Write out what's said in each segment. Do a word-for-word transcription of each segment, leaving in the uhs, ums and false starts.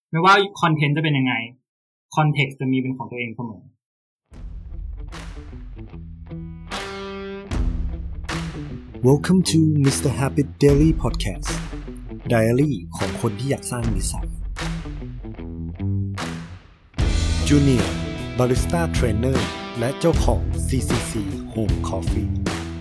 ไม่ว่าคอนเทนต์จะเป็นยังไงคอนเท็กซ์จะมีเป็นของตัวเองเสมอ Welcome to มิสเตอร์ Habit Daily Podcast Diary ของคนที่อยากสร้างนิสัย Junior Barista Trainer และเจ้าของ ซี ซี ซี Home Coffee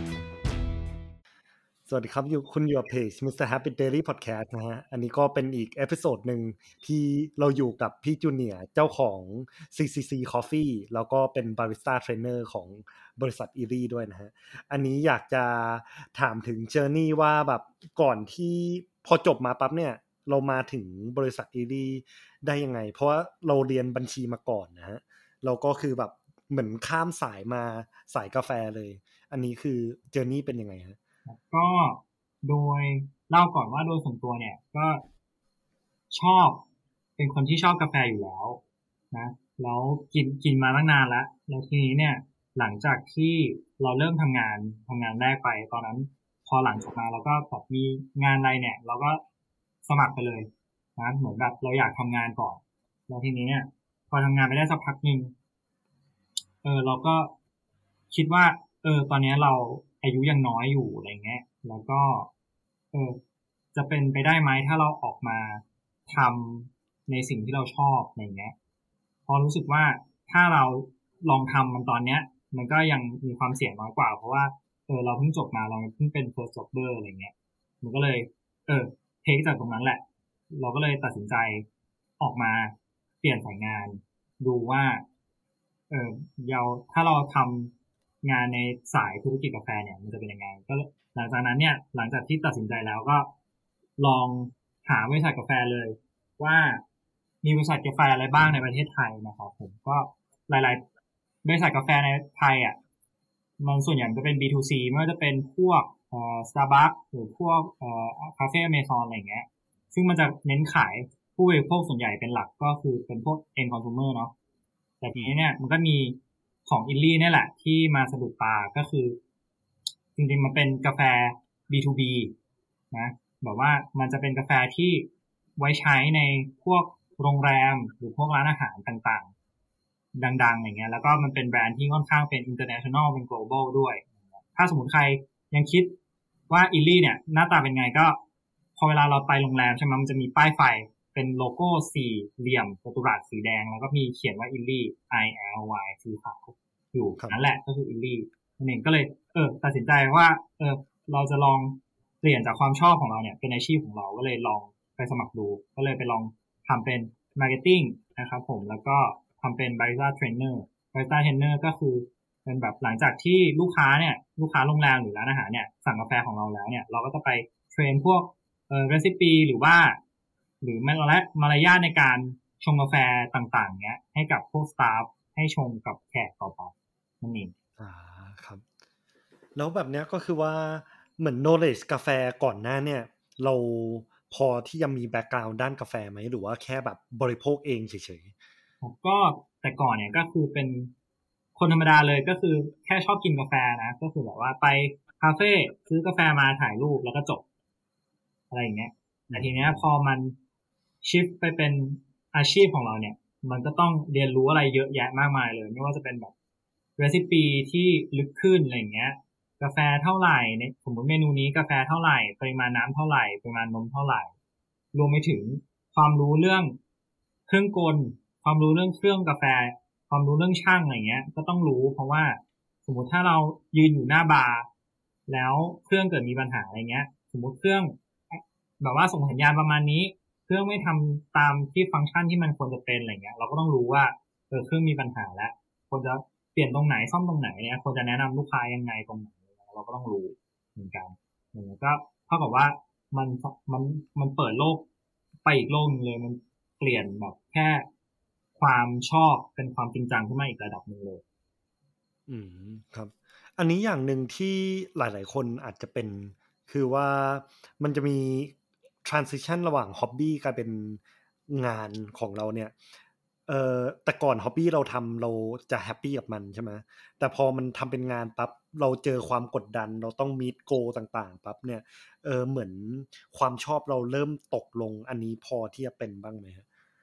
สวัสดีครับอยู่คุณอยู่กับเพจ มิสเตอร์ Habit Daily Podcast นะฮะอันนี้ก็เป็นอีกเอพิโซดหนึ่งที่เราอยู่กับพี่จูเนียร์เจ้าของ ซี ซี ซี Coffee แล้วก็เป็น Barista Trainer ของบริษัท Illy ด้วยนะฮะอันนี้อยากจะถามถึง journey ว่าแบบก่อนที่พอจบมาปั๊บเนี่ยเรามาถึงบริษัท Illy ได้ยังไงเพราะว่าเราเรียนบัญชีมาก่อนนะฮะเราก็คือแบบเหมือนข้ามสายมาสายกาแฟเลยอันนี้คือ journey เป็นยังไงฮะก็โดยเล่าก่อนว่าโดยส่วนตัวเนี่ยก็ชอบเป็นคนที่ชอบกาแฟอยู่แล้วนะแล้วกินกินมาตั้งนานแล้วแล้วทีนี้เนี่ยหลังจากที่เราเริ่มทำงานทำงานแรกไปตอนนั้นพอหลังจบมาเราก็แบบมีงานอะไรเนี่ยเราก็สมัครไปเลยนะเหมือนแบบเราอยากทำงานก่อนแล้วทีนี้เนี่ยพอทำงานไปได้สักพักนึงเออเราก็คิดว่าเออตอนนี้เราอายุยังน้อยอยู่อะไรเงี้ยแล้วก็เออจะเป็นไปได้ไหมถ้าเราออกมาทำในสิ่งที่เราชอบอะไรเงี้ยพอรู้สึกว่าถ้าเราลองทำมันตอนเนี้ยมันก็ยังมีความเสี่ยงน้อยกว่าเพราะว่าเออเราเพิ่งจบมาเราเพิ่งเป็น first jobber อะไรเงี้ยมันก็เลยเออเทคจากตรงนั้นแหละเราก็เลยตัดสินใจออกมาเปลี่ยนสายงานดูว่าเออเราถ้าเราทำงานในสายธุรกิจกาแฟเนี่ยมันจะเป็นยังไงก็หลังจากนั้นเนี่ยหลังจากที่ตัดสินใจแล้วก็ลองหาบริษัทกาแฟเลยว่ามีบริษัทกาแฟอะไรบ้างในประเทศไทยนะครับผมก็หลายๆบริษัทกาแฟในไทยอ่ะมันส่วนใหญ่จะเป็น บี ทู ซี ไม่ว่าจะเป็นพวกเอ่อ Starbucks หรือพวกเอ่อคาเฟ่ Amazon อะไรอย่างเงี้ยซึ่งมันจะเน้นขายผู้บริโภคส่วนใหญ่เป็นหลักก็คือเป็นพวก end consumer เนาะแต่ทีนี้เนี่ยมันก็มีของ Illy นี่แหละที่มาสะดุดตาก็คือจริงๆมันเป็นกาแฟ บี ทู บี นะแบบว่ามันจะเป็นกาแฟที่ไว้ใช้ในพวกโรงแรมหรือพวกร้านอาหารต่างๆดังๆอย่างเงี้ยแล้วก็มันเป็นแบรนด์ที่ค่อนข้างเป็น international เป็น global ด้วยถ้าสมมติใครยังคิดว่า Illy เนี่ยหน้าตาเป็นไงก็พอเวลาเราไปโรงแรมใช่ไหมมันจะมีป้ายไฟเป็นโลโก้สี่เหลี่ยมจัตุรัสสีแดงแล้วก็มีเขียนว่า Illy I L Y สีขาวอยู่นั่นแหละก็คือ Illy นั่นเองก็เลยเออตัดสินใจว่าเออเราจะลองเปลี่ยนจากความชอบของเราเนี่ยเป็นอาชีพของเราก็เลยลองไปสมัครดูก็เลยไปลองทำเป็น marketing นะครับผมแล้วก็ทำเป็น barista trainer barista trainer ก็คือเป็นแบบหลังจากที่ลูกค้าเนี่ยลูกค้าโรงแรมหรือร้านอาหารเนี่ยสั่งกาแฟของเราแล้วเนี่ยเราก็จะไปเทรนพวกเอ่อ recipe หรือว่าหรือมารยาทในการชงกาแฟต่างๆเนี้ยให้กับพวก staff ให้ชงกับแขกต่อไปนั่นเองอ่าครับแล้วแบบเนี้ยก็คือว่าเหมือน knowledge กาแฟก่อนหน้าเนี่ยเราพอที่จะมี background ด้านกาแฟไหมหรือว่าแค่แบบบริโภคเองเฉยๆก็แต่ก่อนเนี่ยก็คือเป็นคนธรรมดาเลยก็คือแค่ชอบกินกาแฟนะก็คือแบบว่าไปคาเฟ่ซื้อกาแฟมาถ่ายรูปแล้วก็จบอะไรอย่างเงี้ยแต่ทีเนี้ยพอมันชิฟไปเป็นอาชีพของเราเนี่ยมันก็ต้องเรียนรู้อะไรเยอะแยะมากมายเลยไม่ว่าจะเป็นแบบเรซิปีที่ลึกขึ้นอะไรอย่างเงี้ยกาแฟเท่าไหร่เนี่ยสมมติเมนูนี้กาแฟเท่าไหร่ปริมาณน้ำเท่าไหร่ปริมาณนมเท่าไหร่รวมไปถึงความรู้เรื่องเครื่องกลความรู้เรื่องเครื่องกาแฟความรู้เรื่องช่างอะไรเงี้ยก็ต้องรู้เพราะว่าสมมติถ้าเรายืนอยู่หน้าบาร์แล้วเครื่องเกิดมีปัญหาอะไรเงี้ยสมมติเครื่องแบบว่าส่งสัญญาณประมาณนี้เครื่องไม่ทำตามที่ฟังก์ชันที่มันควรจะเป็นอะไรเงี้ยเราก็ต้องรู้ว่าเออเครื่องมีปัญหาแล้วควรจะเปลี่ยนตรงไหนซ่อมตรงไหนเนี่ยควรจะแนะนำลูกค้ายังไงตรงไหนเราก็ต้องรู้เหมือนกันอย่างนี้ก็เท่ากับว่ามันมันมันเปิดโลกไปอีกโลกนึงเลยมันเปลี่ยนแบบแค่ความชอบเป็นความจริงจังขึ้นมาอีกระดับนึงเลยอืมครับอันนี้อย่างหนึ่งที่หลายๆคนอาจจะเป็นคือว่ามันจะมี transition ระหว่าง hobby กลายเป็นงานของเราเนี่ยเอ่อแต่ก่อน hobby เราทำเราจะแฮปปี้กับมันใช่ไหมแต่พอมันทำเป็นงานปั๊บเราเจอความกดดันเราต้อง meet goal ต่างๆปั๊บเนี่ยเออเหมือนความชอบเราเริ่มตกลงอันนี้พอที่จะเป็นบ้างไหมฮะ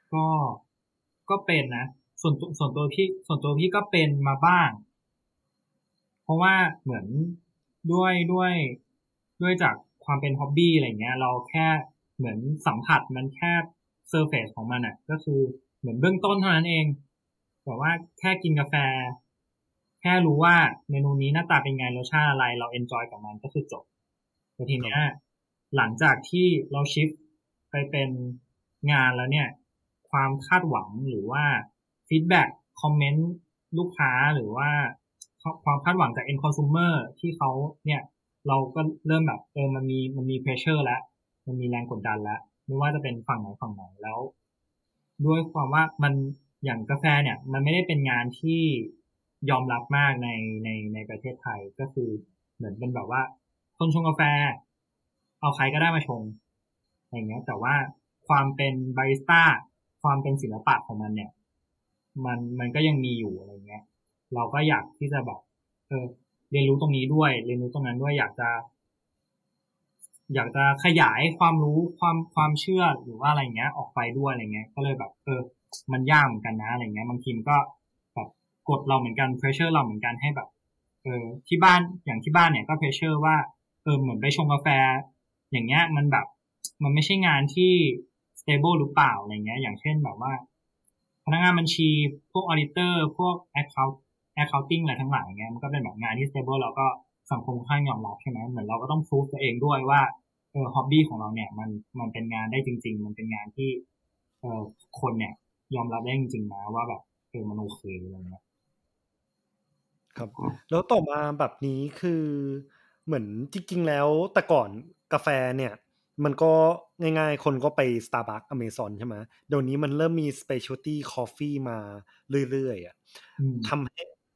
ก็ก็เป็นนะส่วนส่วนตัวพี่ส่วนตัวพี่ก็เป็นมาบ้างเพราะว่าเหมือนด้วยด้วยด้วยจากความเป็นฮ็อบบี้อะไรเงี้ยเราแค่เหมือนสัมผัสมันแค่เซอร์เฟซของมันอ่ะก็คือเหมือนเบื้องต้นเท่านั้นเองแต่ว่าแค่กินกาแฟแค่รู้ว่าเมนูนี้หน้าตาเป็นไงรสชาติอะไรเราเอนจอยกับมันก็คือจบแต่ทีเนี้ยหลังจากที่เราชิฟไปเป็นงานแล้วเนี่ยความคาดหวังหรือว่าฟีดแบ็กคอมเมนต์ลูกค้าหรือว่าความคาดหวังจาก end consumer ที่เขาเนี่ยเราก็เริ่มแบบเออมันมีมันมี pressure แล้วมันมีแรงกดดันแล้วไม่ว่าจะเป็นฝั่งไหนฝั่งไหนแล้วด้วยความว่ามันอย่างกาแฟเนี่ยมันไม่ได้เป็นงานที่ยอมรับมากในในในประเทศไทยก็คือเหมือนเป็นแบบว่าคนชงกาแฟเอาใครก็ได้มาชงอย่างเงี้ยแต่ว่าความเป็นบาริสต้าความเป็นศิลปะของมันเนี่ยมันมันก็ยังมีอยู่อะไรเงี้ยเราก็อยากที่จะแบบเออเรียนรู้ตรงนี้ด้วยเรียนรู้ตรงนั้นด้วยอยากจะอยากจะขยายความรู้ความความเชื่อหรือว่าอะไรเงี้ยออกไปด้วยอะไรเงี้ยก็เลยแบบเออมันยากเหมือนกันนะอะไรเงี้ยบางทีมันก็แบบกดเราเหมือนกันเพรสเชอร์เราเหมือนกันให้แบบเออที่บ้านอย่างที่บ้านเนี่ยก็เพรสเชอร์ว่าเออเหมือนไปชงกาแฟอย่างเงี้ยมันแบบมันไม่ใช่งานที่ stable หรือเปล่าอะไรเงี้ยอย่างเช่นแบบว่าพนักงานบัญชีพวก auditor พวก account accounting อะไรทั้งหลายเงี้ยมันก็เป็นแบบงานที่ stable แล้วก็สังคมค่อนข้างยอมรับใช่ไหมเหมือนเราก็ต้องพิสูจตัวเองด้วยว่าเออฮ็อบบี้ของเราเนี่ยมันมันเป็นงานได้จริงๆมันเป็นงานที่เออคนเนี่ยยอมรับได้จริงๆนะว่าแบบเออมันโอเคอะไรเงี้ยครับแล้วต่อมาแบบนี้คือเหมือนจริงๆแล้วแต่ก่อนกาแฟเนี่ยมันก็ง่ายๆคนก็ไป Starbucks Amazon ใช่ไหมเดี๋ยวนี้มันเริ่มมี Specialty Coffee มาเรื่อยๆอ่ะทำให้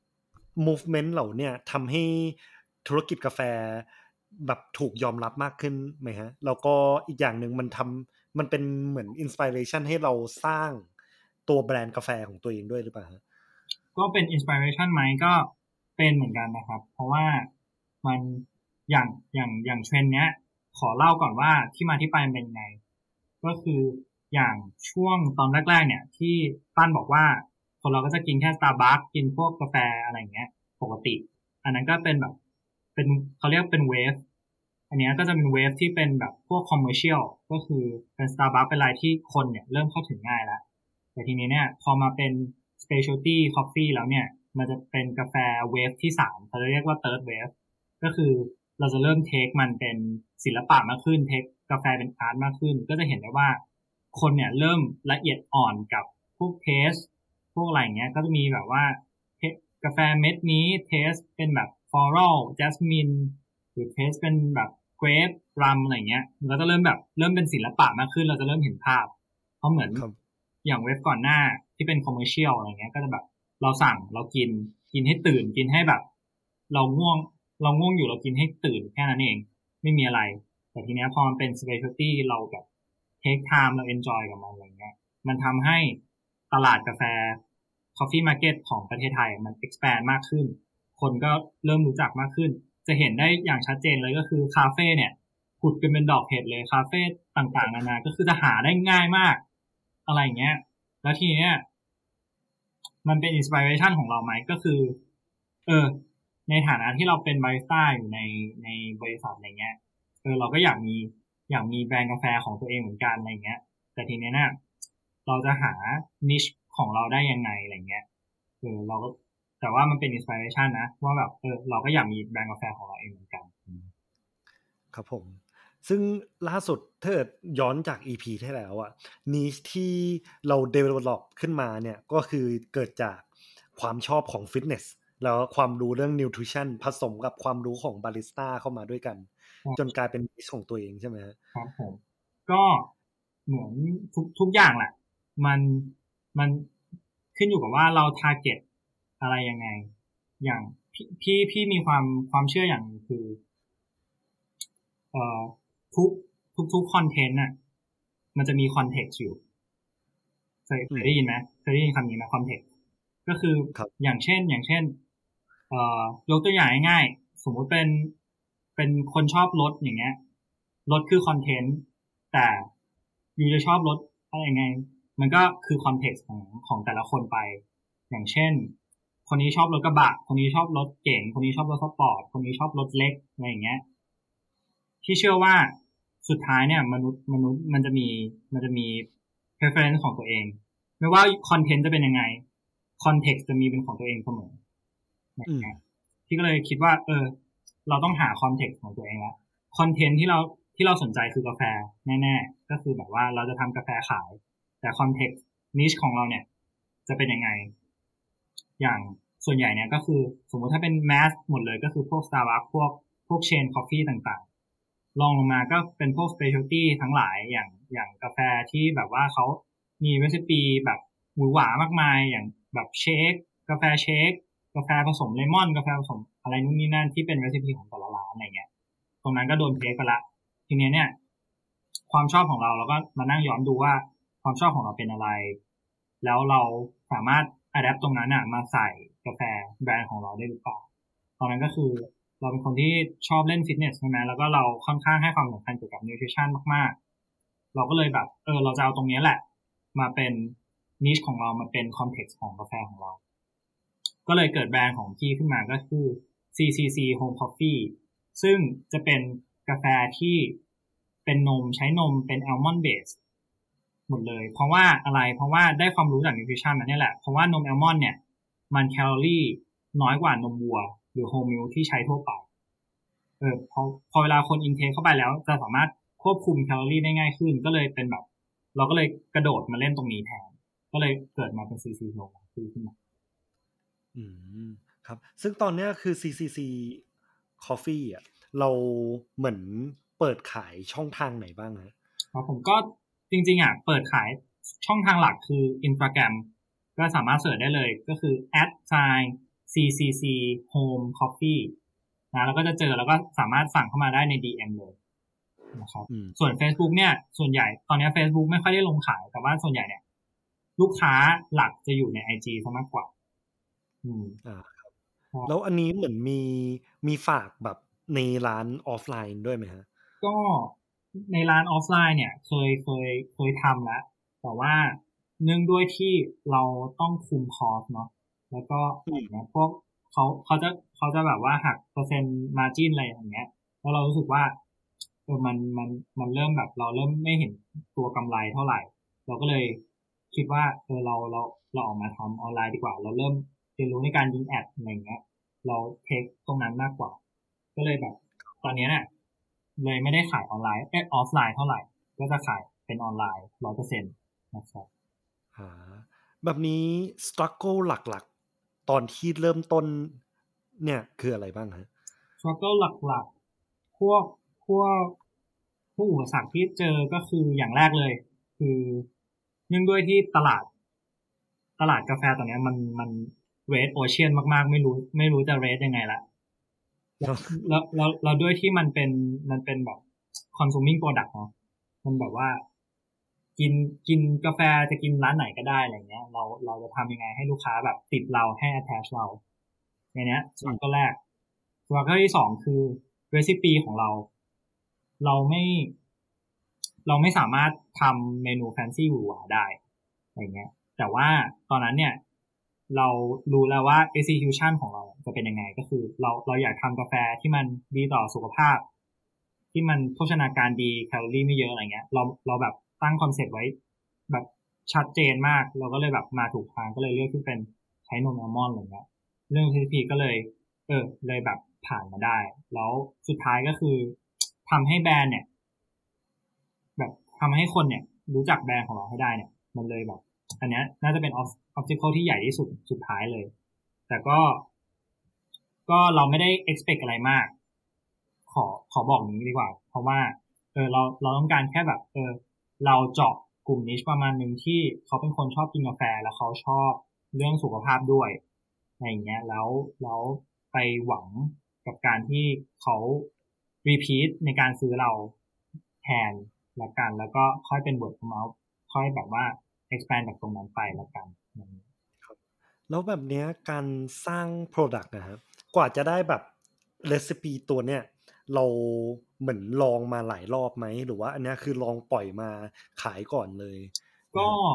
movement เหล่าเนี่ยทำให้ธุรกิจกาแฟแบบถูกยอมรับมากขึ้นไหมฮะแล้วก็อีกอย่างหนึ่งมันทำมันเป็นเหมือน inspiration ให้เราสร้างตัวแบรนด์กาแฟของตัวเองด้วยหรือเปล่าฮะก็เป็น inspiration ไหมก็เป็นเหมือนกันนะครับเพราะว่ามันอย่างอย่างอย่างเทรนด์เนี้ยขอเล่าก่อนว่าที่มาที่ไปเป็นไงก็คืออย่างช่วงตอนแรกๆเนี่ยที่ป้านบอกว่าคนเราก็จะกินแค่ Starbucks กินพวกกาแฟอะไรอย่างเงี้ยปกติอันนั้นก็เป็นแบบเป็นเขาเรียกเป็นเวฟอันนี้ก็จะเป็นเวฟที่เป็นแบบพวกคอมเมอร์เชียลก็คือเป็น Starbucks เป็นอะไรที่คนเนี่ยเริ่มเข้าถึงง่ายแล้วแต่ทีนี้เนี่ยพอมาเป็น specialty coffee แล้วเนี่ยมันจะเป็นกาแฟเวฟที่สามเขาเรียกว่า third wave ก็คือเราจะเริ่มเทคมันเป็นศิลปะมากขึ้นเทคกาแฟเป็นอาร์ตมากขึ้นก็จะเห็นได้ว่าคนเนี่ยเริ่มละเอียดอ่อนกับพวกเทสพวกอะไรเงี้ยก็จะมีแบบว่ากาแฟเม็ดนี้เทสเป็นแบบฟลอรัลแจสมินหรือเทสเป็นแบบเกรปรัมอะไรเงี้ยเราจะเริ่มแบบเริ่มเป็นศิลปะมากขึ้นเราจะเริ่มเห็นภาพเพราะเหมือนอย่างเว็บก่อนหน้าที่เป็นคอมเมอร์เชียลอะไรเงี้ยก็จะแบบเราสั่งเรากินกินให้ตื่นกินให้แบบเราง่วงเราง่วงอยู่เรากินให้ตื่นแค่นั้นเองไม่มีอะไรแต่ทีเนี้ยพอมันเป็น specialty เราแบบเทคไทม์เรา enjoy กับมันอะไรเงี้ยมันทำให้ตลาดกาแฟ coffee market ของประเทศไทยมัน expand มากขึ้นคนก็เริ่มรู้จักมากขึ้นจะเห็นได้อย่างชัดเจนเลยก็คือคาเฟ่เนี่ยผุดกันเป็นดอกเห็ดเลยคาเฟ่ต่างๆนานาก็คือจะหาได้ง่ายมากอะไรเงี้ยแล้วทีเนี้ยมันเป็นอินสปิเรชันของเราไหมก็คือเออในฐานะที่เราเป็นบาริสต้าอยู่ในในบริษัทอะไรเงี้ยเออเราก็อยากมีอยากมีแบรนด์กาแฟของตัวเองเหมือนกันอะไรเงี้ยแต่ทีเนี้ยเนี่ยเราจะหา niche ของเราได้ยังไงอะไรเงี้ยเออเราก็แต่ว่ามันเป็นอินสปิเรชันนะว่าแบบเออเราก็อยากมีแบรนด์กาแฟของเราเองเหมือนกันครับผมซึ่งล่าสุดถ้าเกิดย้อนจาก อี พี ที่แล้วอะนิชที่เรา develop ขึ้นมาเนี่ยก็คือเกิดจากความชอบของฟิตเนสแล้วความรู้เรื่อง nutrition ผสมกับความรู้ของบาริสต้าเข้ามาด้วยกันจนกลายเป็นนิชของตัวเองใช่ไหมครับผมก็เหมือนทุกทุกอย่างแหละมันมันขึ้นอยู่กับว่าเรา target อะไรยังไงอย่างพี่พี่พี่มีความความเชื่ออย่างคือเอ่อทุกทุกทุกคอนเทนต์น่ะมันจะมีคอนเท็กซ์อยู่เคยเคยได้ยินไหมเคยได้ยินคำนี้ไหมคอนเท็กซ์ก็คืออย่างเช่นอย่างเช่นเอ่อยกตัวอย่างง่ายๆสมมุติเป็นเป็นคนชอบรถอย่างเงี้ยรถคือคอนเทนต์แต่อยู่จะชอบรถอะไรยังไงมันก็คือคอนเท็กซ์ของของแต่ละคนไปอย่างเช่นคนนี้ชอบรถกระบะคนนี้ชอบรถเก๋งคนนี้ชอบรถสปอร์ตคนนี้ชอบรถเล็กอะไรอย่างเงี้ยที่เชื่อว่าสุดท้ายเนี่ยมนุษย์มนุษย์มันจะมีมันจะมี preference ของตัวเองไม่ว่าคอนเทนต์จะเป็นยังไงคอนเท็กซ์จะมีเป็นของตัวเองเสมออย่างเงี้ยพี่ก็เลยคิดว่าเออเราต้องหาคอนเท็กซ์ของตัวเองละคอนเทนต์ที่เราที่เราสนใจคือกาแฟแน่ๆก็คือแบบว่าเราจะทำกาแฟขายแต่คอนเท็กซ์นิชของเราเนี่ยจะเป็นยังไงอย่างส่วนใหญ่เนี่ยก็คือสมมติถ้าเป็นแมสหมดเลยก็คือพวก Starbucks พวกพวกเชนคอฟฟี่ต่างๆลองลงมาก็เป็นพวก specialty ทั้งหลายอย่างอย่างกาแฟที่แบบว่าเขามีเรซิปีแบบหวือหวามากมายอย่างแบบเชคกาแฟเชคกาแฟผสมเลมอนกาแฟผสมอะไรนู่นนี่นั่นที่เป็นเรซิปีของแต่ละร้านอะไรเงี้ยตรงนั้นก็โดนเทคไปละทีนี้เนี่ยความชอบของเราเราก็มานั่งย้อนดูว่าความชอบของเราเป็นอะไรแล้วเราสามารถอะแดปตรงนั้นอ่ะมาใส่กาแฟแบรนด์ของเราได้หรือเปล่าตอนนั้นก็คือเราเป็นคนที่ชอบเล่นฟิตเนสใช่ไหมแล้วก็เราค่อนข้างให้ความสำคัญเกี่ยวกับนิวทริชั่นมากๆเราก็เลยแบบเออเราจะเอาตรงนี้แหละมาเป็นนิชของเรามาเป็นคอนเท็กซ์ของกาแฟของเราก็เลยเกิดแบรนด์ของพี่ขึ้นมาก็คือ ซี ซี ซี Home Coffee ซึ่งจะเป็นกาแฟที่เป็นนมใช้นมเป็นอัลมอนด์เบสหมดเลยเพราะว่าอะไรเพราะว่าได้ความรู้จากนิวทริชั่นมาเนี่ยแหละเพราะว่านมอัลมอนด์เนี่ยมันแคลอรี่น้อยกว่านมวัวหรือโฮลมิลค์ที่ใช้ทั่วไปเออพอพอเวลาคนอินเทคเข้าไปแล้วจะสามารถควบคุมแคลอรี่ได้ง่ายขึ้นก็เลยเป็นแบบเราก็เลยกระโดดมาเล่นตรงนี้แทนก็เลยเกิดมาเป็น ซี ซี Home ขึ้นมาอืมครับซึ่งตอนเนี้ยคือ ซี ซี ซี Coffee อ่ะเราเหมือนเปิดขายช่องทางไหนบ้างฮะครับผมก็จริงๆอ่ะเปิดขายช่องทางหลักคือ Instagram ก็สามารถเสิร์ชได้เลยก็คือ แอท sign ซี ซี ซี Home Coffee นะแล้วก็จะเจอแล้วก็สามารถสั่งเข้ามาได้ใน ดี เอ็ม เลยนะครับส่วน Facebook เนี่ยส่วนใหญ่ตอนนี้ Facebook ไม่ค่อยได้ลงขายแต่ว่าส่วนใหญ่เนี่ยลูกค้าหลักจะอยู่ใน ไอ จี ซะมากกว่าอืมอ่าครับแล้วอันนี้เหมือนมีมีฝากแบบในร้านออฟไลน์ด้วยไหมฮะก็ในร้านออฟไลน์เนี่ยเคยเคยเคยทำแล้วแต่ว่าเนื่องด้วยที่เราต้องคุมคอสเนาะแล้วก็อย่างเงี้ยพวกเขาเขาจะเขาจะแบบว่าหักเปอร์เซ็นต์มาร์จิ้นอะไรอย่างเงี้ยแล้วเรารู้สึกว่าเออมันมันมันเริ่มแบบเราเริ่มไม่เห็นตัวกำไรเท่าไหร่เราก็เลยคิดว่าเออเราเราเราออกมาทำออนไลน์ดีกว่าเราเริ่มเรียนรู้ในการยิงแอดอะไรเงี้ยเราเทคตรงนั้นมากกว่าก็เลยแบบตอนนี้เนี่ยเลยไม่ได้ขายออนไลน์เออออฟไลน์เท่าไหร่ก็จะขายเป็นออนไลน์ร้อยเปอร์เซ็นต์นะครับอ่าแบบนี้ struggle หลักๆตอนที่เริ่มต้นเนี่ยคืออะไรบ้างฮะสตรักเกิลหลักๆพวกพวกพวกอุปสรรคที่เจอก็คืออย่างแรกเลยคือเนื่องด้วยที่ตลาดตลาดกาแฟตอนนี้มันมันเรทโอเชียนมากๆไม่รู้ไม่รู้จะเรทยังไงละแล้วแล้วแล้วแล้วด้วยที่มันเป็นมันเป็นแบบ consuming product เนาะมันแบบว่ากินกินกาแฟจะกินร้านไหนก็ได้อะไรเงี้ยเราเราจะทำยังไงให้ลูกค้าแบบติดเราให้ attach เราในเนี้ยส่วนก็แรกส่วนก็ที่สองคือ recipe ของเราเราไม่เราไม่สามารถทำเมนูแฟนซีหวือหวาได้อะไรเงี้ยแต่ว่าตอนนั้นเนี่ยเรารู้แล้วว่า execution ของเราจะเป็นยังไงก็คือเราเราอยากทำกาแฟที่มันดีต่อสุขภาพที่มันโภชนาการดีแคลอรี่ไม่เยอะอะไรเงี้ยเราเราแบบตั้งคอนเซ็ปต์ไว้แบบชัดเจนมากเราก็เลยแบบมาถูกทางก็เลยเลือกที่เป็นใช้นมอัลมอนด์อะไรเงี้ยเรื่อง ที พี ก็เลยเออเลยแบบผ่านมาได้แล้วสุดท้ายก็คือทำให้แบรนด์เนี่ยแบบทำให้คนเนี่ยรู้จักแบรนด์ของเราให้ได้เนี่ยมันเลยแบบอันเนี้ยน่าจะเป็น obstacle ที่ใหญ่ที่สุดสุดท้ายเลยแต่ก็ก็เราไม่ได้ expect อะไรมากขอขอบอกอย่างนี้ดีกว่าเพราะว่าเออเราเราต้องการแค่แบบเออเราเจาะกลุ่มนิชประมาณหนึ่งที่เขาเป็นคนชอบกินกาแฟแล้วเขาชอบเรื่องสุขภาพด้วยอะไรอย่างเงี้ยแล้วแล้วไปหวังกับการที่เขา repeat ในการซื้อเราแทนละกันแล้วก็ค่อยเป็น word of mouth ค่อยแบบว่า expand จากตรงนั้นไปละกันแล้วแบบเนี้ยการสร้าง product นะครับกว่าจะได้แบบ recipe ตัวเนี้ยเราเหมือนลองมาหลายรอบไหมหรือว่าอันเนี้ยคือลองปล่อยมาขายก่อนเลยก็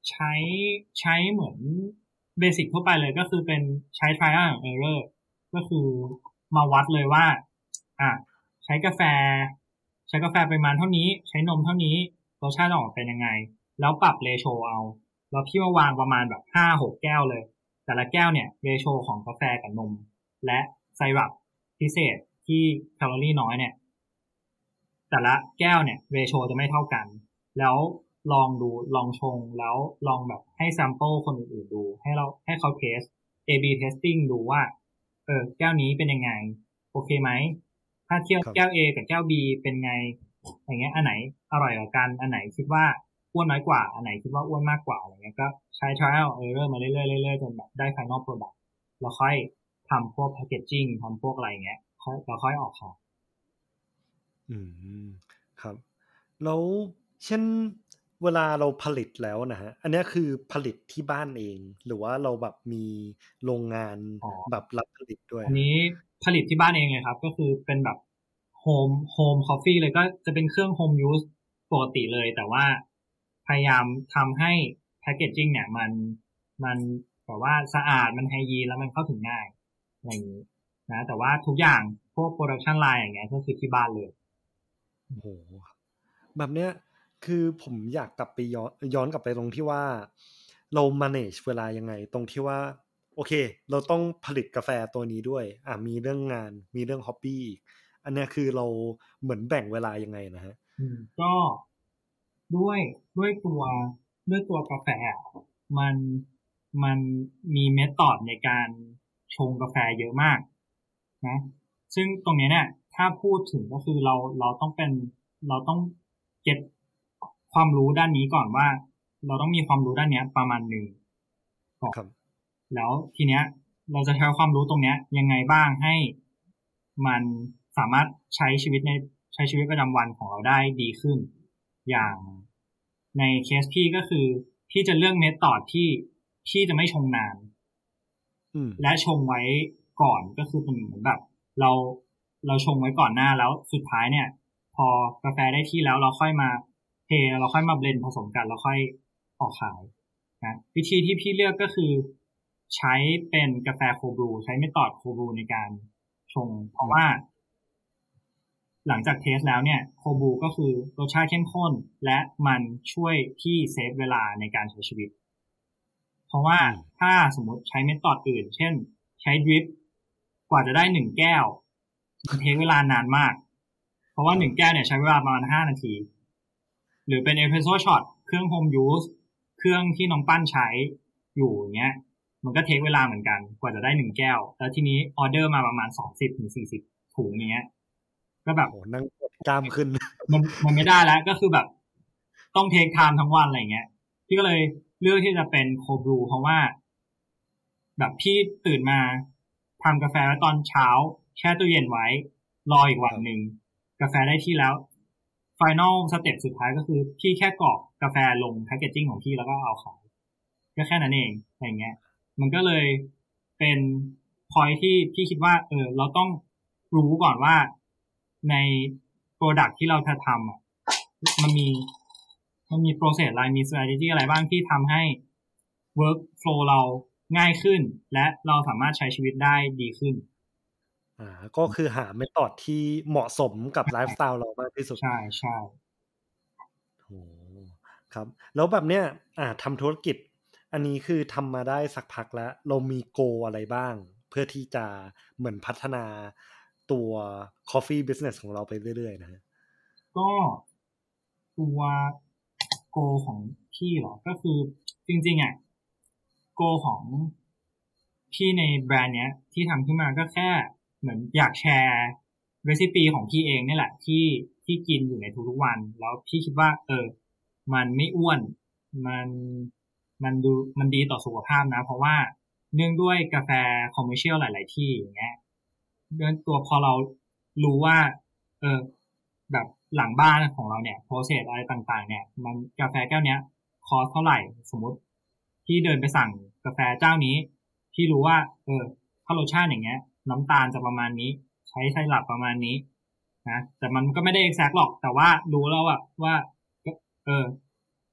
ใช้ใช้เหมือนเบสิกทั่วไปเลยก็คือเป็นใช้ trial and error ก็คือมาวัดเลยว่าอ่ะใช้กาแฟใช้กาแฟปริมาณเท่านี้ใช้นมเท่านี้รสชาติออกมาเป็นยังไงแล้วปรับเรโชเอาแล้วพี่มาวางประมาณแบบห้าหกแก้วเลยแต่ละแก้วเนี่ยเรโชของกาแฟกับนมและไซรัปพิเศษที่แคลอรี่น้อยเนี่ยแต่ละแก้วเนี่ยเรโชจะไม่เท่ากันแล้วลองดูลองชงแล้วลองแบบให้ sample คนอื่นๆดูให้เราให้เขาเทส เอ บี testing ดูว่าเออแก้วนี้เป็นยังไงโอเคไหมถ้าเทียบแก้ว A กับแก้ว B เป็นไงอย่างเงี้ยอันไหนอร่อยกว่ากันอันไหนคิดว่าอ้วนน้อยกว่าอันไหนคิดว่าอ้วนมากกว่าอะไรเงี้ยก็ใช้ trial error มาเรื่อยๆเรื่อยๆจนแบบได้ final product แล้วค่อยทำพวก packaging ทำพวกอะไรเงี้ยค่อยแล้วค่อยออกค่ะอืมครับแล้วเช่นเวลาเราผลิตแล้วนะฮะอันนี้คือผลิตที่บ้านเองหรือว่าเราแบบมีโรงงานแบบรับผลิตด้วยอันนี้ผลิตที่บ้านเองเลยครับก็คือเป็นแบบโฮมโฮมคอฟฟี่เลยก็จะเป็นเครื่องโฮมยูสปกติเลยแต่ว่าพยายามทำให้แพคเกจจิ้งเนี่ยมันมันแบบว่าสะอาดมันไฮยีนแล้วมันเข้าถึงง่ายอะไรอย่างนี้นะแต่ว่าทุกอย่างพวกโปรดักชันไลน์อย่างเงี้ยก็คือที่บ้านเลยโอ้โหแบบเนี้ยคือผมอยากกลับไปย้อนย้อนกลับไปตรงที่ว่าเรา manage เวลายังไงตรงที่ว่าโอเคเราต้องผลิตกาแฟตัวนี้ด้วยอ่ะมีเรื่องงานมีเรื่องฮ็อบบี้อีกอันเนี้ยคือเราเหมือนแบ่งเวลายังไงนะฮะอืมก็ด้วยด้วยตัวด้วยตัวกาแฟมันมันมีเมธอดในการชงกาแฟเยอะมากนะซึ่งตรงนี้เนี่ยถ้าพูดถึงก็คือเราเราต้องเป็นเราต้องเก็ตความรู้ด้านนี้ก่อนว่าเราต้องมีความรู้ด้านนี้ประมาณหนึ่งก่อนครับแล้วทีเนี้ยเราจะใช้ความรู้ตรงเนี้ยยังไงบ้างให้มันสามารถใช้ชีวิตในใช้ชีวิตประจำวันของเราได้ดีขึ้นอย่างในเคสพี่ก็คือพี่จะเลือกเมธอดที่พี่จะไม่ชงนานและชงไว้ก่อนก็คือเป็นเหมือนแบบเราเราชงไว้ก่อนหน้าแล้วสุดท้ายเนี่ยพอกาแฟได้ที่แล้วเราค่อยมาเทเราค่อยมาเบลนด์ผสมกันแล้วค่อยออกขายนะวิธีที่พี่เลือกก็คือใช้เป็นกาแฟโคบรูใช้เมธอดโคบรูในการชงเพราะว่าหลังจากเทสแล้วเนี่ยโคบูก็คือรสชาติเข้มข้นและมันช่วยที่เซฟเวลาในการใช้ชีวิตเพราะว่าถ้าสมมติใช้เมธอดอื่นเช่นใช้ดริปกว่าจะได้หนึ่งแก้วมันเทคเวลานานมากเพราะว่าหนึ่งแก้วเนี่ยใช้เวลาประมาณห้านาทีหรือเป็นเอสเปรสโซ่ช็อตเครื่องโฮมยูสเครื่องที่น้องปั้นใช้อยู่อย่างเงี้ยมันก็เทคเวลาเหมือนกันกว่าจะได้หนึ่งแก้วแล้วทีนี้ออเดอร์มาประมาณสองสิบถึงสี่สิบถุงอย่างเงี้ยก็แบบโอ้นั่งกดกล้ามขึ้นมันมันไม่ได้แล้วก็คือแบบต้องเทคไทม์ทั้งวันอะไรเงี้ยพี่ก็เลยเลือกที่จะเป็นโคบรูเพราะว่าแบบพี่ตื่นมาทำกาแฟไว้ตอนเช้าแช่ตู้เย็นไว้รออีกวันหนึ่งกาแฟได้ที่แล้วไฟนอลสเต็ปสุดท้ายก็คือพี่แค่กรอกกาแฟลงแพคเกจจิ้งของพี่แล้วก็เอาขายก็แค่นั้นเองอะไรเงี้ยมันก็เลยเป็นพอยที่พี่คิดว่าเออเราต้องรู้ก่อนว่าในโปรดักที่เราจะทำอ่ะมันมีมันมีโปรเซสอะไรมี strategy อะไรบ้างที่ทำให้ work flow เราง่ายขึ้นและเราสามารถใช้ชีวิตได้ดีขึ้นอ่าก็คือหาเมธอดที่เหมาะสมกับไลฟ์สไตล์เรามากที่สุดใช่ใช่โอ้ครับแล้วแบบเนี้ยอ่าทำธุรกิจอันนี้คือทำมาได้สักพักแล้วเรามีโกอะไรบ้างเพื่อที่จะเหมือนพัฒนาตัว coffee business ของเราไปเรื่อยๆนะฮะก็ตัวโกของพี่เหรอก็คือจริงๆอ่ะโกของพี่ในแบรนด์เนี้ยที่ทำขึ้นมาก็แค่เหมือนอยากแชร์เรซิปีของพี่เองนี่แหละที่ที่กินอยู่ในทุกๆวันแล้วพี่คิดว่าเออมันไม่อ้วนมันมันดูมันดีต่อสุขภาพนะเพราะว่าเนื่องด้วยกาแฟคอมเมอร์เชียลหลายๆที่อย่างเงี้ยด้วยตัวพอเรารู้ว่าเออแบบหลังบ้านของเราเนี่ยโปรเซสอะไรต่างๆเนี่ยมันกาแฟแก้วเนี้ยคอสเท่าไหร่สมมติที่เดินไปสั่งกาแฟเจ้านี้ที่รู้ว่าเออถ้ารสชาติอย่างเงี้ยน้ำตาลจะประมาณนี้ใช้ไซรัปประมาณนี้นะแต่มันก็ไม่ได้ exact หรอกแต่ว่ารู้แล้วอะว่าเออ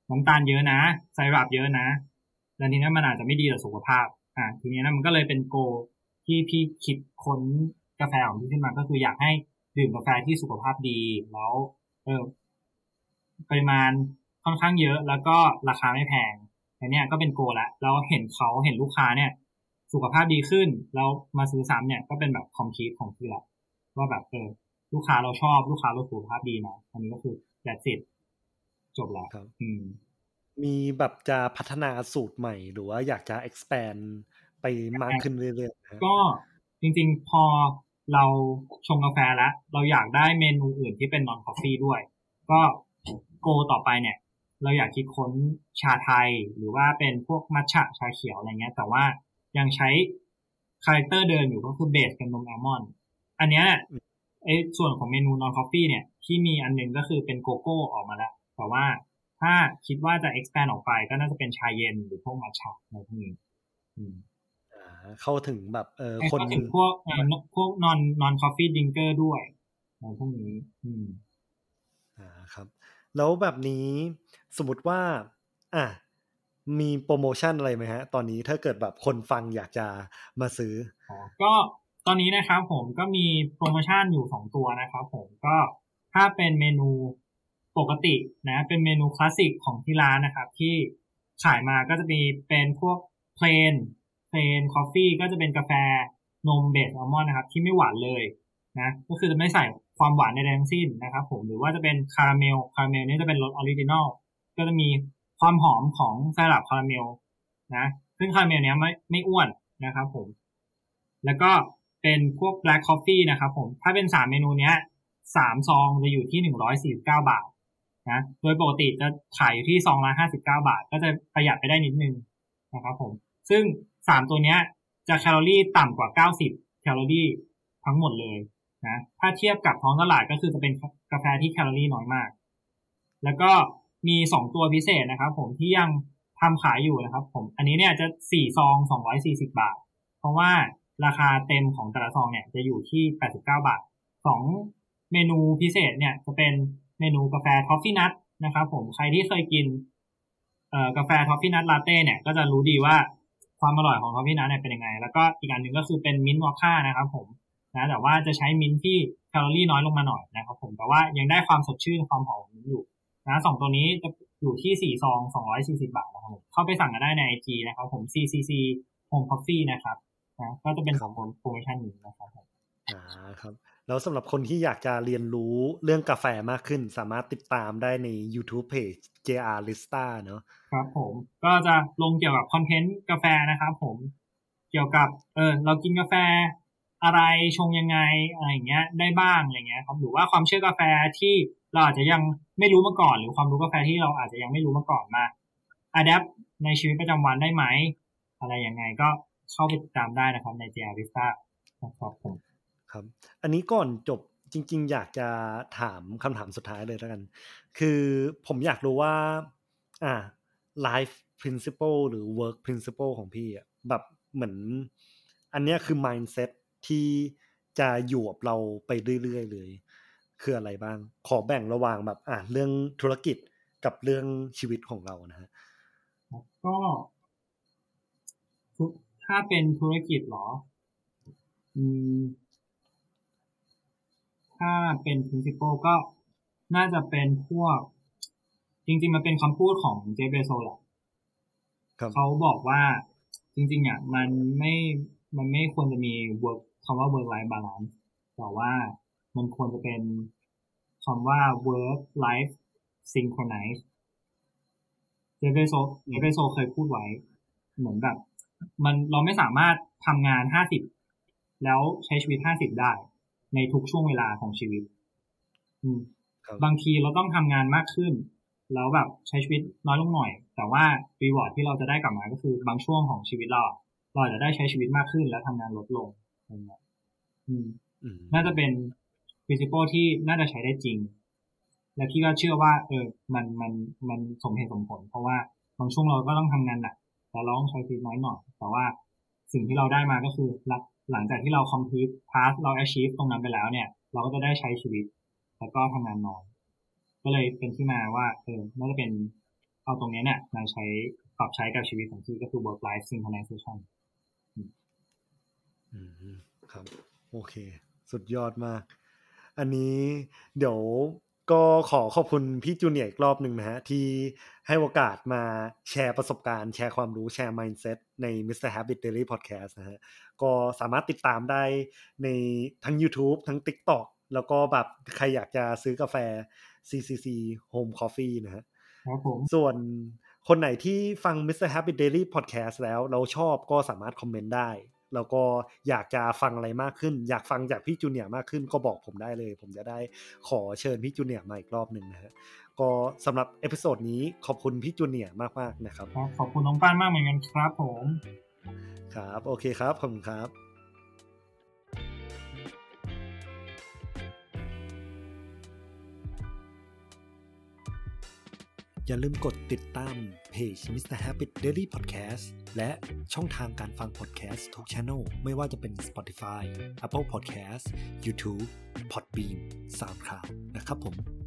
น้ำตาลเยอะนะไซรัปเยอะนะแล้วทีนี้มันอาจจะไม่ดีต่อสุขภาพอ่าทีนี้นะมันก็เลยเป็นโกที่พี่คิดค้นกาแฟของพี่ขึ้นมาก็คืออยากให้ดื่มกาแฟที่สุขภาพดีแล้วเออปริมาณค่อนข้างเยอะแล้วก็ราคาไม่แพงอันเนี้ยก็เป็นโกละแล้วเห็นเขาเห็นลูกค้าเนี่ยสุขภาพดีขึ้นแล้วมาซื้อซ้ำเนี่ยก็เป็นแบบคอมพลีทของพี่ละว่าแบบเออลูกค้าเราชอบลูกค้าเราสุขภาพดีนะอันนี้ก็คือ that's it จบแล้วครับอืมมีแบบจะพัฒนาสูตรใหม่หรือว่าอยากจะ expand ไปมากขึ้นเรื่อยๆนะฮะก็จริงๆพอเราชงกาแฟแล้วเราอยากได้เมนูอื่นที่เป็น non coffee ด้วยก็โกต่อไปเนี่ยเราอยากคิดค้นชาไทยหรือว่าเป็นพวกมัทฉะชาเขียวอะไรเงี้ยแต่ว่ายังใช้คาแรคเตอร์เดิมอยู่ก็คือเบสเป็นนมแอลมอนด์อันเนี้ยไอ้ส่วนของเมนู non coffee เนี่ยที่มีอันหนึงก็คือเป็นโกโก้ออกมาแล้วแต่ว่าถ้าคิดว่าจะ expand ออกไปก็น่าจะเป็นชาเย็นหรือพวกมัทฉะอะไรพวกนี้อืมอ่าเข้าถึงแบบเออให้คนเข้าถึงพวกเอ่อพวก non non coffee drinker ด้วยอะไรพวกนี้อืมอ่าครับแล้วแบบนี้สมมติว่าอ่ะมีโปรโมชั่นอะไรไหมฮะตอนนี้ถ้าเกิดแบบคนฟังอยากจะมาซื้ออ๋อก็ตอนนี้นะครับผมก็มีโปรโมชั่นอยู่สองตัวนะครับผมก็ถ้าเป็นเมนูปกตินะเป็นเมนูคลาสสิกของที่ร้านนะครับที่ขายมาก็จะมีเป็นพวกเพลนเพลนคอฟฟี่ก็จะเป็นกาแฟนมเบสอัลมอนด์นะครับที่ไม่หวานเลยนะก็คือจะไม่ใส่ความหวานในทั้งสิ้นนะครับผมหรือว่าจะเป็นคาราเมลคาราเมลนี่จะเป็นรสออริจินอลก็จะมีความหอมของไซรัปคาราเมลนะซึ่งคาราเมลเนี้ยไม่ไม่อ้วนนะครับผม แล้วก็เป็นพวก black coffee นะครับผมถ้าเป็นสามเมนูเนี้ยสามซองจะอยู่ที่หนึ่งร้อยสี่สิบเก้าบาทนะโดยปกติจะขายอยู่ที่ซองละห้าสิบเก้าบาทก็จะประหยัดไปได้นิดนึงนะครับผมซึ่งสามตัวเนี้ยจะแคลอรี่ต่ำกว่าเก้าสิบแคลอรี่ทั้งหมดเลยนะถ้าเทียบกับท้องตลาดก็คือจะเป็นกาแฟที่แคลอรี่น้อยมากแล้วก็มีสองตัวพิเศษนะครับผมที่ยังทำขายอยู่นะครับผมอันนี้เนี่ยจะสี่ซองสองร้อยสี่สิบบาทเพราะว่าราคาเต็มของแต่ละซองเนี่ยจะอยู่ที่แปดสิบเก้าบาทสองเมนูพิเศษเนี่ยจะเป็นเมนูกาแฟทอฟฟี่นัทนะครับผมใครที่เคยกินเอ่อกาแฟทอฟฟี่นัทลาเต้เนี่ยก็จะรู้ดีว่าความอร่อยของทอฟฟี่นัทเนี่ยเป็นยังไงแล้วก็อีกอันหนึ่งก็คือเป็นมิ้นท์มอคค่านะครับผมนะแต่ว่าจะใช้มิ้นท์ที่แคลอรี่น้อยลงมาหน่อยนะครับผมแต่ว่ายังได้ความสดชื่นความหอมอยู่นะสองตัวนี้จะอยู่ที่สี่ซองสองร้อยสี่สิบบาทนะครับผมเข้าไปสั่งกันได้ใน ไอ จี นะครับผม ซี ซี ซี Home Coffee นะครับนะก็จะเป็นครับสองโปรโมชั่นนี้นะครับผมอ่าครับแล้วสำหรับคนที่อยากจะเรียนรู้เรื่องกาแฟมากขึ้นสามารถติดตามได้ใน YouTube Page เจ อาร์ Lista เนอะครับผมก็จะลงเกี่ยวกับคอนเทนต์กาแฟนะครับผมเกี่ยวกับเออเรากินกาแฟอะไรชงยังไงอะไรอย่างเงี้ยได้บ้างอะไรเงี้ยครับหรือว่าความเชื่อกาแฟที่เราอาจจะยังไม่รู้มาก่อนหรือความรู้กาแฟที่เราอาจจะยังไม่รู้มาก่อนมาอะแดปในชีวิตประจำวันได้ไหมอะไรยังไงก็เข้าไปติดตามได้นะครับใน เจ อาร์ Vista นะครับผมครับอันนี้ก่อนจบจริงๆอยากจะถามคำถามสุดท้ายเลยแล้วกันคือผมอยากรู้ว่าอ่า life principle หรือ work principle ของพี่อ่ะแบบเหมือนอันเนี้ยคือ mindset ที่จะอยู่กับเราไปเรื่อยๆเลยคืออะไรบ้างขอแบ่งระหว่างแบบอ่าเรื่องธุรกิจกับเรื่องชีวิตของเรานะฮะก็ถ้าเป็นธุรกิจเหรออืม ถ้าเป็น principle ก็น่าจะเป็นพวกจริงๆมันเป็นคำพูดของเจฟเบโซแหละครับเขาบอกว่าจริงๆอ่ะมันไม่มันไม่ควรจะมี work คำว่า work life balance แต่ว่ามันควรจะเป็นคำว่า work life synchronize เจฟเบโซเจฟเบโซเคยพูดไว้เหมือนแบบมันเราไม่สามารถทำงานห้าสิบแล้วใช้ชีวิตห้าสิบได้ในทุกช่วงเวลาของชีวิต อืมครับบางทีเราต้องทำงานมากขึ้นแล้วแบบใช้ชีวิตน้อยลงหน่อยแต่ว่ารีวอร์ดที่เราจะได้กลับมาก็คือบางช่วงของชีวิตเราเราอาจจะได้ใช้ชีวิตมากขึ้นแล้วทำงานลดลงอะไรเงี้ยอืมอืมน่าจะเป็น principle ที่น่าจะใช้ได้จริงและพี่ก็เชื่อว่าเออมันมันมันสมเหตุสมผลเพราะว่าบางช่วงเราก็ต้องทำงานหนักแต่เราต้องใช้ชีวิตน้อยหน่อยแต่ว่าสิ่งที่เราได้มาก็คือหลังหลังจากที่เรา complete task เรา achieve ตรงนั้นไปแล้วเนี่ยเราก็จะได้ใช้ชีวิต แล้วก็ทำงานน้อยก็เลยเป็นที่มาว่าเออน่าจะเป็นเอาตรงนี้เนี่ยมาใช้ปรับใช้กับชีวิตของพี่ก็คือ work life synchronization อืมครับโอเคสุดยอดมากอันนี้เดี๋ยวก็ขอขอบคุณพี่จูเนียร์อีกรอบหนึ่งนะฮะที่ให้โอกาสมาแชร์ประสบการณ์แชร์ความรู้แชร์ mindset ใน มิสเตอร์ Habit Daily Podcast นะฮะก็สามารถติดตามได้ในทั้ง YouTube ทั้ง TikTok แล้วก็แบบใครอยากจะซื้อกาแฟ ซี ซี ซี Home Coffee นะฮะครับผมส่วนคนไหนที่ฟัง มิสเตอร์ Habit Daily Podcast แล้วเราชอบก็สามารถคอมเมนต์ได้แล้วก็อยากจะฟังอะไรมากขึ้นอยากฟังจากพี่จูเนียร์มากขึ้นก็บอกผมได้เลยผมจะได้ขอเชิญพี่จูเนียร์มาอีกรอบหนึ่งนะฮะก็สำหรับเอพิโซดนี้ขอบคุณพี่จูเนียร์มากๆนะครับขอบคุณน้องป้านมากเหมือนกันครับผมครับโอเคครับขอบคุณครับอย่าลืมกดติดตามเพจ มิสเตอร์ Habit Daily Podcast และช่องทางการฟัง podcast ทุก channel ไม่ว่าจะเป็น Spotify, Apple Podcast, YouTube, Podbean, SoundCloud นะครับผม